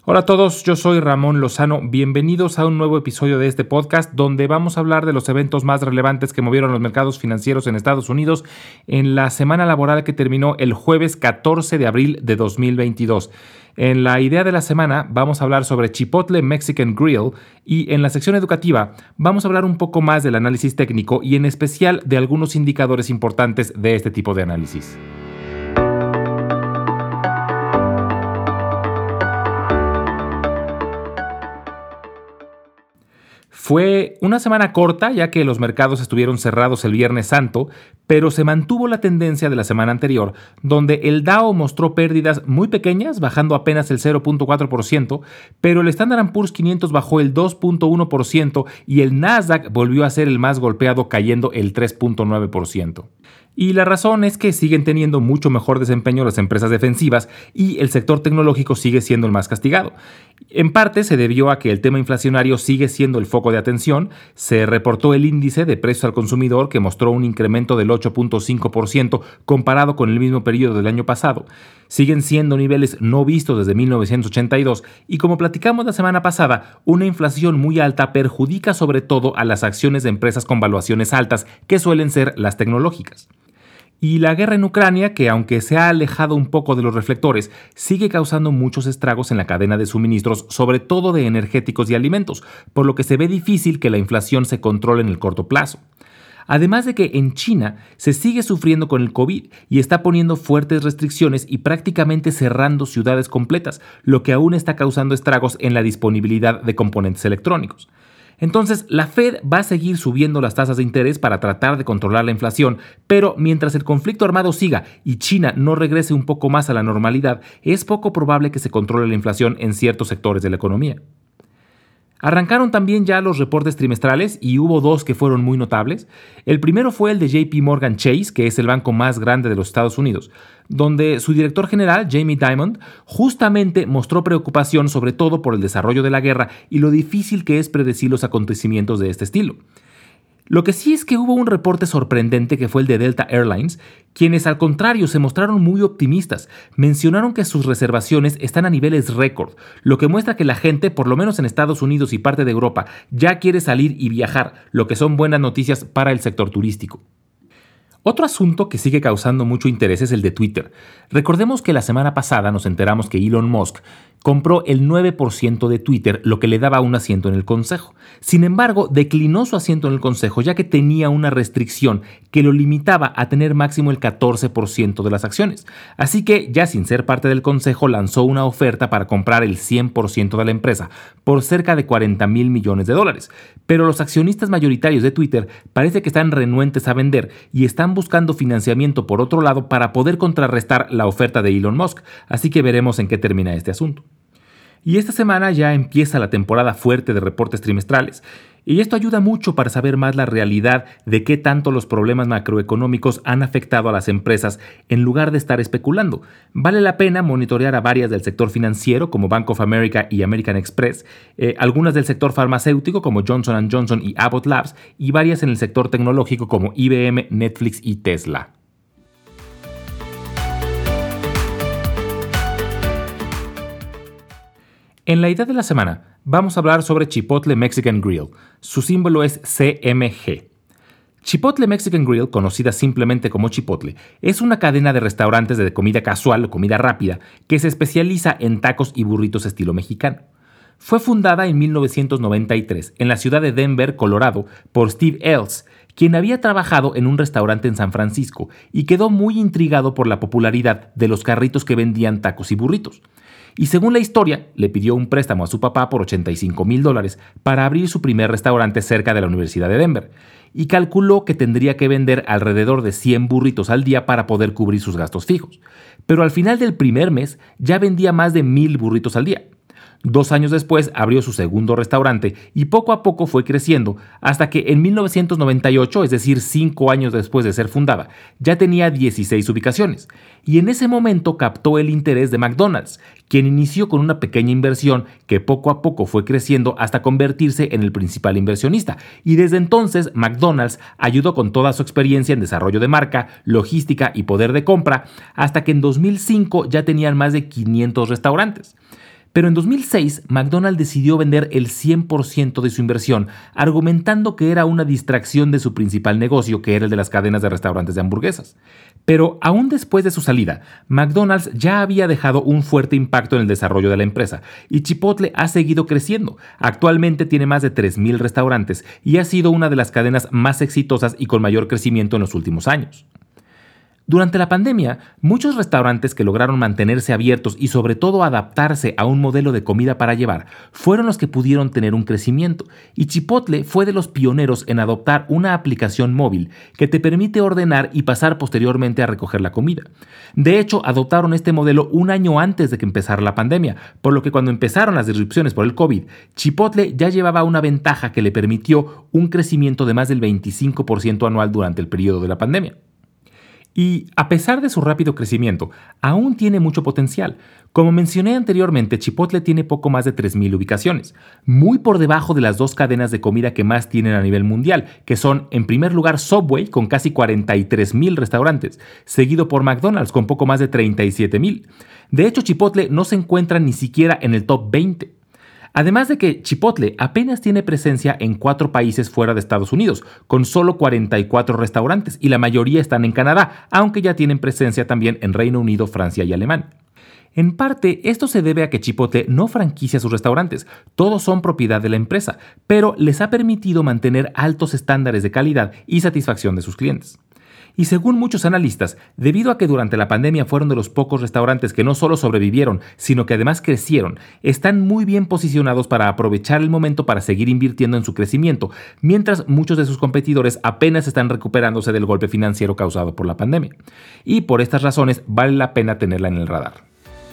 Hola a todos, yo soy Ramón Lozano. Bienvenidos a un nuevo episodio de este podcast donde vamos a hablar de los eventos más relevantes que movieron los mercados financieros en Estados Unidos en la semana laboral que terminó el jueves 14 de abril de 2022. En la idea de la semana vamos a hablar sobre Chipotle Mexican Grill y en la sección educativa vamos a hablar un poco más del análisis técnico y en especial de algunos indicadores importantes de este tipo de análisis. Fue una semana corta, ya que los mercados estuvieron cerrados el Viernes Santo, pero se mantuvo la tendencia de la semana anterior, donde el Dow mostró pérdidas muy pequeñas, bajando apenas el 0.4%, pero el Standard & Poor's 500 bajó el 2.1% y el Nasdaq volvió a ser el más golpeado, cayendo el 3.9%. Y la razón es que siguen teniendo mucho mejor desempeño las empresas defensivas y el sector tecnológico sigue siendo el más castigado. En parte se debió a que el tema inflacionario sigue siendo el foco de atención. Se reportó el índice de precios al consumidor que mostró un incremento del 8.5% comparado con el mismo periodo del año pasado. Siguen siendo niveles no vistos desde 1982 y como platicamos la semana pasada, una inflación muy alta perjudica sobre todo a las acciones de empresas con valuaciones altas que suelen ser las tecnológicas. Y la guerra en Ucrania, que aunque se ha alejado un poco de los reflectores, sigue causando muchos estragos en la cadena de suministros, sobre todo de energéticos y alimentos, por lo que se ve difícil que la inflación se controle en el corto plazo. Además de que en China se sigue sufriendo con el COVID y está poniendo fuertes restricciones y prácticamente cerrando ciudades completas, lo que aún está causando estragos en la disponibilidad de componentes electrónicos. Entonces, la Fed va a seguir subiendo las tasas de interés para tratar de controlar la inflación, pero mientras el conflicto armado siga y China no regrese un poco más a la normalidad, es poco probable que se controle la inflación en ciertos sectores de la economía. Arrancaron también ya los reportes trimestrales y hubo dos que fueron muy notables. El primero fue el de JP Morgan Chase, que es el banco más grande de los Estados Unidos, donde su director general, Jamie Dimon, justamente mostró preocupación sobre todo por el desarrollo de la guerra y lo difícil que es predecir los acontecimientos de este estilo. Lo que sí es que hubo un reporte sorprendente que fue el de Delta Airlines, quienes al contrario se mostraron muy optimistas. Mencionaron que sus reservaciones están a niveles récord, lo que muestra que la gente, por lo menos en Estados Unidos y parte de Europa, ya quiere salir y viajar, lo que son buenas noticias para el sector turístico. Otro asunto que sigue causando mucho interés es el de Twitter. Recordemos que la semana pasada nos enteramos que Elon Musk compró el 9% de Twitter, lo que le daba un asiento en el consejo. Sin embargo, declinó su asiento en el consejo ya que tenía una restricción que lo limitaba a tener máximo el 14% de las acciones. Así que, ya sin ser parte del consejo, lanzó una oferta para comprar el 100% de la empresa por cerca de $40,000 millones. Pero los accionistas mayoritarios de Twitter parece que están renuentes a vender y están buscando financiamiento por otro lado para poder contrarrestar la oferta de Elon Musk. Así que veremos en qué termina este asunto. Y esta semana ya empieza la temporada fuerte de reportes trimestrales. Y esto ayuda mucho para saber más la realidad de qué tanto los problemas macroeconómicos han afectado a las empresas en lugar de estar especulando. Vale la pena monitorear a varias del sector financiero como Bank of America y American Express, algunas del sector farmacéutico como Johnson & Johnson y Abbott Labs y varias en el sector tecnológico como IBM, Netflix y Tesla. En la idea de la semana, vamos a hablar sobre Chipotle Mexican Grill. Su símbolo es CMG. Chipotle Mexican Grill, conocida simplemente como Chipotle, es una cadena de restaurantes de comida casual o comida rápida que se especializa en tacos y burritos estilo mexicano. Fue fundada en 1993 en la ciudad de Denver, Colorado, por Steve Ells, quien había trabajado en un restaurante en San Francisco y quedó muy intrigado por la popularidad de los carritos que vendían tacos y burritos. Y según la historia, le pidió un préstamo a su papá por $85,000 para abrir su primer restaurante cerca de la Universidad de Denver, y calculó que tendría que vender alrededor de 100 burritos al día para poder cubrir sus gastos fijos. Pero al final del primer mes ya vendía más de 1,000 burritos al día. 2 años después abrió su segundo restaurante y poco a poco fue creciendo hasta que en 1998, es decir, 5 años después de ser fundada, ya tenía 16 ubicaciones. Y en ese momento captó el interés de McDonald's, quien inició con una pequeña inversión que poco a poco fue creciendo hasta convertirse en el principal inversionista. Y desde entonces McDonald's ayudó con toda su experiencia en desarrollo de marca, logística y poder de compra, hasta que en 2005 ya tenían más de 500 restaurantes. Pero en 2006, McDonald's decidió vender el 100% de su inversión, argumentando que era una distracción de su principal negocio, que era el de las cadenas de restaurantes de hamburguesas. Pero aún después de su salida, McDonald's ya había dejado un fuerte impacto en el desarrollo de la empresa, y Chipotle ha seguido creciendo. Actualmente tiene más de 3,000 restaurantes y ha sido una de las cadenas más exitosas y con mayor crecimiento en los últimos años. Durante la pandemia, muchos restaurantes que lograron mantenerse abiertos y sobre todo adaptarse a un modelo de comida para llevar fueron los que pudieron tener un crecimiento, y Chipotle fue de los pioneros en adoptar una aplicación móvil que te permite ordenar y pasar posteriormente a recoger la comida. De hecho, adoptaron este modelo un año antes de que empezara la pandemia, por lo que cuando empezaron las disrupciones por el COVID, Chipotle ya llevaba una ventaja que le permitió un crecimiento de más del 25% anual durante el periodo de la pandemia. Y a pesar de su rápido crecimiento, aún tiene mucho potencial. Como mencioné anteriormente, Chipotle tiene poco más de 3,000 ubicaciones, muy por debajo de las dos cadenas de comida que más tienen a nivel mundial, que son en primer lugar Subway con casi 43,000 restaurantes, seguido por McDonald's con poco más de 37,000. De hecho, Chipotle no se encuentra ni siquiera en el top 20. Además de que Chipotle apenas tiene presencia en 4 países fuera de Estados Unidos, con solo 44 restaurantes, y la mayoría están en Canadá, aunque ya tienen presencia también en Reino Unido, Francia y Alemania. En parte, esto se debe a que Chipotle no franquicia sus restaurantes, todos son propiedad de la empresa, pero les ha permitido mantener altos estándares de calidad y satisfacción de sus clientes. Y según muchos analistas, debido a que durante la pandemia fueron de los pocos restaurantes que no solo sobrevivieron, sino que además crecieron, están muy bien posicionados para aprovechar el momento para seguir invirtiendo en su crecimiento, mientras muchos de sus competidores apenas están recuperándose del golpe financiero causado por la pandemia. Y por estas razones vale la pena tenerla en el radar.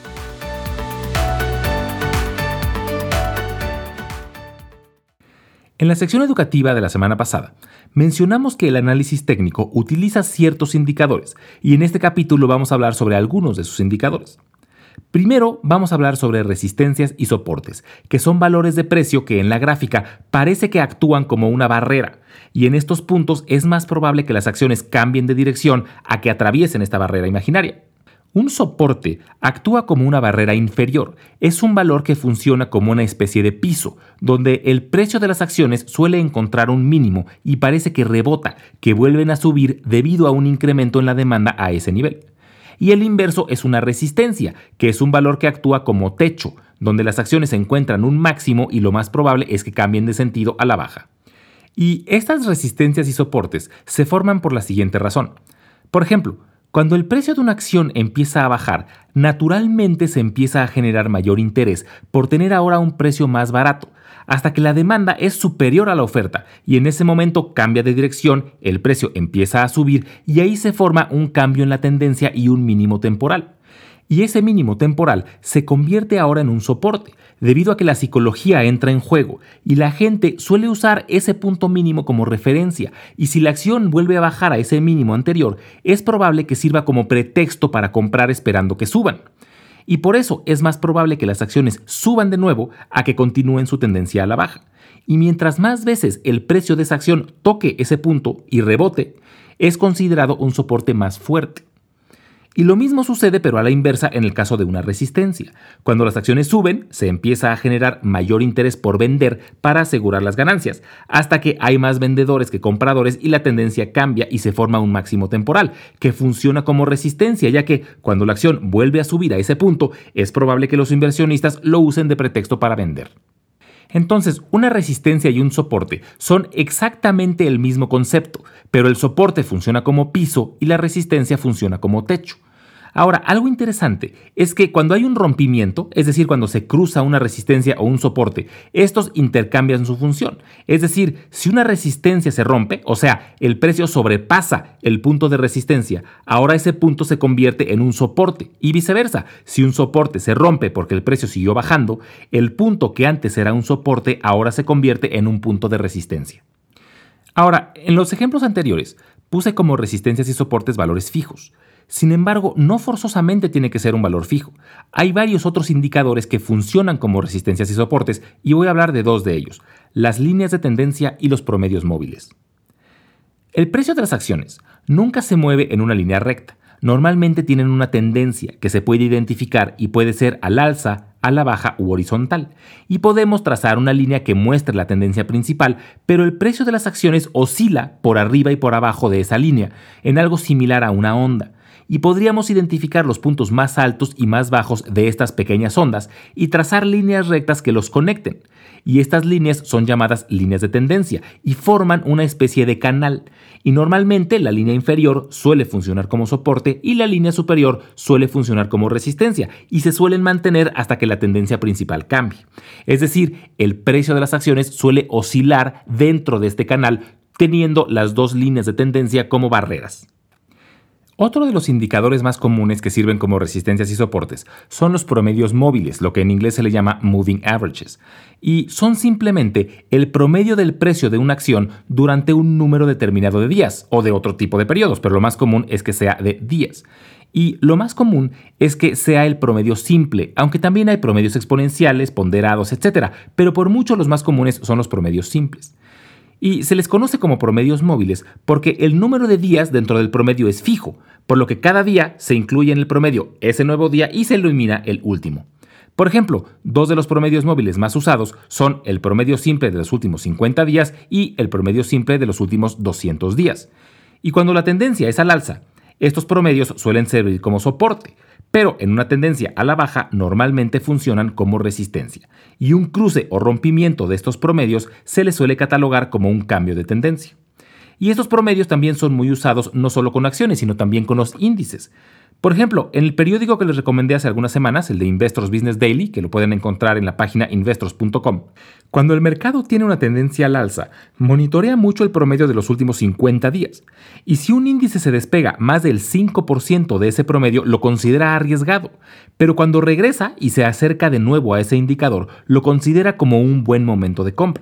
En la sección educativa de la semana pasada, mencionamos que el análisis técnico utiliza ciertos indicadores, y en este capítulo vamos a hablar sobre algunos de sus indicadores. Primero, vamos a hablar sobre resistencias y soportes, que son valores de precio que en la gráfica parece que actúan como una barrera, y en estos puntos es más probable que las acciones cambien de dirección a que atraviesen esta barrera imaginaria. Un soporte actúa como una barrera inferior. Es un valor que funciona como una especie de piso, donde el precio de las acciones suele encontrar un mínimo y parece que rebota, que vuelven a subir debido a un incremento en la demanda a ese nivel. Y el inverso es una resistencia, que es un valor que actúa como techo, donde las acciones encuentran un máximo y lo más probable es que cambien de sentido a la baja. Y estas resistencias y soportes se forman por la siguiente razón. Por ejemplo, cuando el precio de una acción empieza a bajar, naturalmente se empieza a generar mayor interés por tener ahora un precio más barato, hasta que la demanda es superior a la oferta y en ese momento cambia de dirección, el precio empieza a subir y ahí se forma un cambio en la tendencia y un mínimo temporal. Y ese mínimo temporal se convierte ahora en un soporte, debido a que la psicología entra en juego y la gente suele usar ese punto mínimo como referencia, y si la acción vuelve a bajar a ese mínimo anterior, es probable que sirva como pretexto para comprar esperando que suban. Y por eso es más probable que las acciones suban de nuevo a que continúen su tendencia a la baja. Y mientras más veces el precio de esa acción toque ese punto y rebote, es considerado un soporte más fuerte. Y lo mismo sucede pero a la inversa en el caso de una resistencia. Cuando las acciones suben, se empieza a generar mayor interés por vender para asegurar las ganancias, hasta que hay más vendedores que compradores y la tendencia cambia y se forma un máximo temporal, que funciona como resistencia, ya que cuando la acción vuelve a subir a ese punto, es probable que los inversionistas lo usen de pretexto para vender. Entonces, una resistencia y un soporte son exactamente el mismo concepto, pero el soporte funciona como piso y la resistencia funciona como techo. Ahora, algo interesante es que cuando hay un rompimiento, es decir, cuando se cruza una resistencia o un soporte, estos intercambian su función. Es decir, si una resistencia se rompe, o sea, el precio sobrepasa el punto de resistencia, ahora ese punto se convierte en un soporte, y viceversa. Si un soporte se rompe porque el precio siguió bajando, el punto que antes era un soporte ahora se convierte en un punto de resistencia. Ahora, en los ejemplos anteriores, puse como resistencias y soportes valores fijos. Sin embargo, no forzosamente tiene que ser un valor fijo. Hay varios otros indicadores que funcionan como resistencias y soportes, y voy a hablar de 2 de ellos: las líneas de tendencia y los promedios móviles. El precio de las acciones nunca se mueve en una línea recta. Normalmente tienen una tendencia que se puede identificar y puede ser al alza, a la baja u horizontal, y podemos trazar una línea que muestre la tendencia principal, pero el precio de las acciones oscila por arriba y por abajo de esa línea, en algo similar a una onda. Y podríamos identificar los puntos más altos y más bajos de estas pequeñas ondas y trazar líneas rectas que los conecten. Y estas líneas son llamadas líneas de tendencia y forman una especie de canal. Y normalmente la línea inferior suele funcionar como soporte y la línea superior suele funcionar como resistencia y se suelen mantener hasta que la tendencia principal cambie. Es decir, el precio de las acciones suele oscilar dentro de este canal teniendo las dos líneas de tendencia como barreras. Otro de los indicadores más comunes que sirven como resistencias y soportes son los promedios móviles, lo que en inglés se le llama moving averages, y son simplemente el promedio del precio de una acción durante un número determinado de días o de otro tipo de periodos, pero lo más común es que sea de días. Y lo más común es que sea el promedio simple, aunque también hay promedios exponenciales, ponderados, etc., pero por mucho los más comunes son los promedios simples. Y se les conoce como promedios móviles porque el número de días dentro del promedio es fijo, por lo que cada día se incluye en el promedio ese nuevo día y se elimina el último. Por ejemplo, dos de los promedios móviles más usados son el promedio simple de los últimos 50 días y el promedio simple de los últimos 200 días. Y cuando la tendencia es al alza, estos promedios suelen servir como soporte, pero en una tendencia a la baja normalmente funcionan como resistencia, y un cruce o rompimiento de estos promedios se les suele catalogar como un cambio de tendencia. Y estos promedios también son muy usados no solo con acciones, sino también con los índices. Por ejemplo, en el periódico que les recomendé hace algunas semanas, el de Investors Business Daily, que lo pueden encontrar en la página investors.com, cuando el mercado tiene una tendencia al alza, monitorea mucho el promedio de los últimos 50 días. Y si un índice se despega más del 5% de ese promedio, lo considera arriesgado. Pero cuando regresa y se acerca de nuevo a ese indicador, lo considera como un buen momento de compra.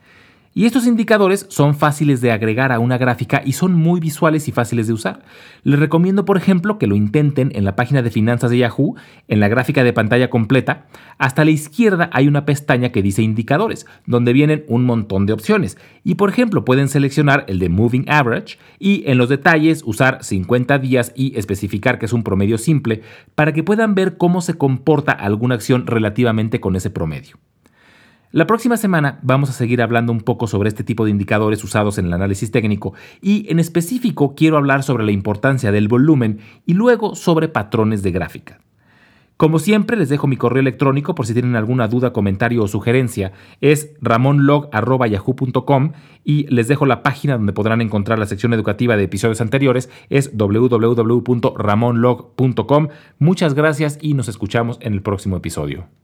Y estos indicadores son fáciles de agregar a una gráfica y son muy visuales y fáciles de usar. Les recomiendo, por ejemplo, que lo intenten en la página de finanzas de Yahoo, en la gráfica de pantalla completa. Hasta la izquierda hay una pestaña que dice indicadores, donde vienen un montón de opciones. Y, por ejemplo, pueden seleccionar el de Moving Average y en los detalles usar 50 días y especificar que es un promedio simple para que puedan ver cómo se comporta alguna acción relativamente con ese promedio. La próxima semana vamos a seguir hablando un poco sobre este tipo de indicadores usados en el análisis técnico y en específico quiero hablar sobre la importancia del volumen y luego sobre patrones de gráfica. Como siempre les dejo mi correo electrónico por si tienen alguna duda, comentario o sugerencia. Es ramonlog@yahoo.com y les dejo la página donde podrán encontrar la sección educativa de episodios anteriores. Es www.ramonlog.com. Muchas gracias y nos escuchamos en el próximo episodio.